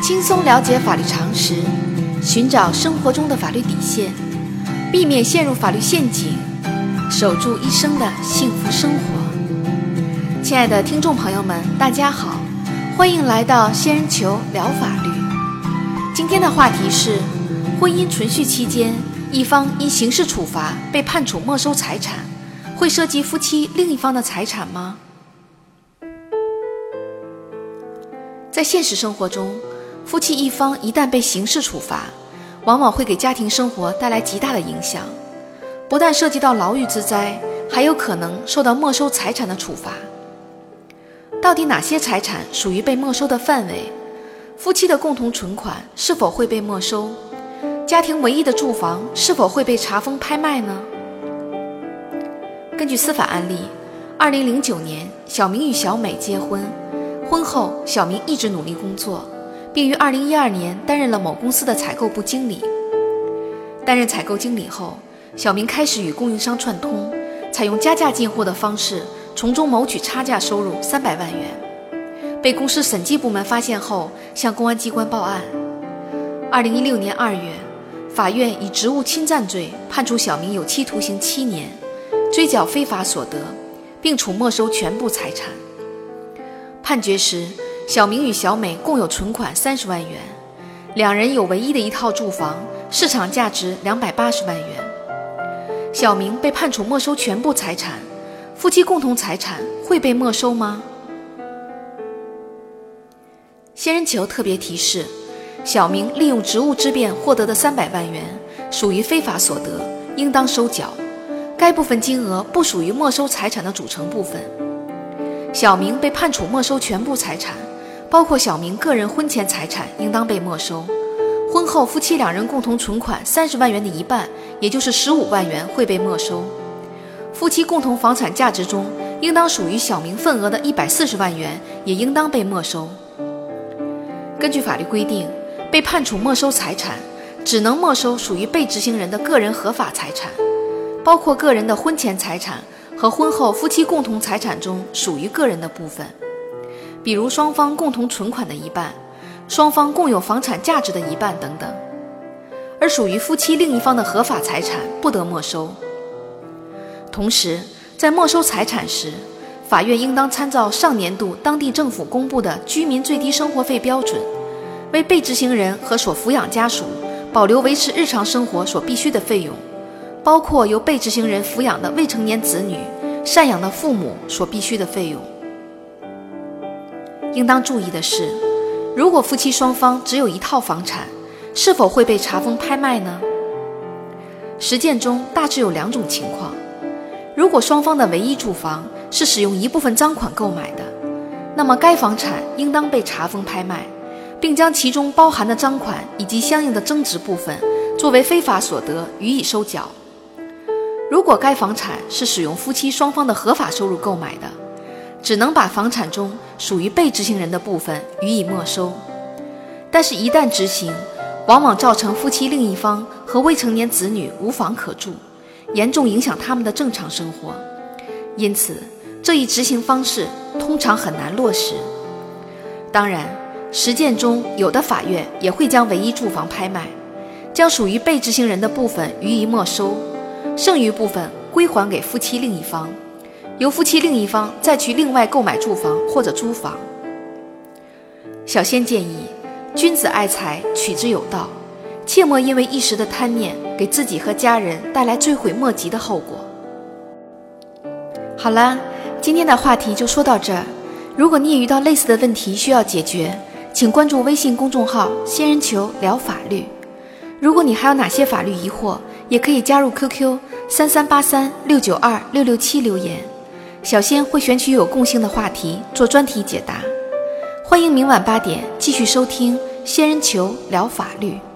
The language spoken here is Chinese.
轻松了解法律常识，寻找生活中的法律底线，避免陷入法律陷阱，守住一生的幸福生活。亲爱的听众朋友们，大家好，欢迎来到仙人球聊法律。今天的话题是：婚姻存续期间，一方因刑事处罚被判处没收财产，会涉及夫妻另一方的财产吗？在现实生活中，夫妻一方一旦被刑事处罚，往往会给家庭生活带来极大的影响，不但涉及到牢狱之灾，还有可能受到没收财产的处罚。到底哪些财产属于被没收的范围？夫妻的共同存款是否会被没收？家庭唯一的住房是否会被查封拍卖呢？根据司法案例，2009年小明与小美结婚，婚后小明一直努力工作，并于2012年担任了某公司的采购部经理。担任采购经理后，小明开始与供应商串通，采用加价进货的方式，从中谋取差价收入300万元。被公司审计部门发现后，向公安机关报案。2016年2月，法院以职务侵占罪判处小明有期徒刑7年，追缴非法所得，并处没收全部财产。判决时，小明与小美共有存款30万元，两人有唯一的一套住房，市场价值280万元。小明被判处没收全部财产，夫妻共同财产会被没收吗？仙人球特别提示，小明利用职务之便获得的300万元属于非法所得，应当收缴，该部分金额不属于没收财产的组成部分。小明被判处没收全部财产，包括小明个人婚前财产应当被没收，婚后夫妻两人共同存款30万元的一半，也就是15万元会被没收。夫妻共同房产价值中应当属于小明份额的140万元也应当被没收。根据法律规定，被判处没收财产只能没收属于被执行人的个人合法财产，包括个人的婚前财产和婚后夫妻共同财产中属于个人的部分，比如双方共同存款的一半，双方共有房产价值的一半等等。而属于夫妻另一方的合法财产不得没收。同时，在没收财产时，法院应当参照上年度当地政府公布的居民最低生活费标准，为被执行人和所抚养家属保留维持日常生活所必需的费用，包括由被执行人抚养的未成年子女、赡养的父母所必需的费用。应当注意的是，如果夫妻双方只有一套房产，是否会被查封拍卖呢？实践中大致有2种情况。如果双方的唯一住房是使用一部分赃款购买的，那么该房产应当被查封拍卖，并将其中包含的赃款以及相应的增值部分作为非法所得予以收缴。如果该房产是使用夫妻双方的合法收入购买的，只能把房产中属于被执行人的部分予以没收。但是一旦执行，往往造成夫妻另一方和未成年子女无房可住，严重影响他们的正常生活，因此这一执行方式通常很难落实。当然，实践中有的法院也会将唯一住房拍卖，将属于被执行人的部分予以没收，剩余部分归还给夫妻另一方，由夫妻另一方再去另外购买住房或者租房。小仙建议，君子爱财，取之有道，切莫因为一时的贪念，给自己和家人带来追悔莫及的后果。好了，今天的话题就说到这儿。如果你也遇到类似的问题需要解决，请关注微信公众号仙人球聊法律。如果你还有哪些法律疑惑，也可以加入 QQ 3383692667留言，小仙会选取有共性的话题做专题解答。欢迎明晚8点继续收听仙人球聊法律。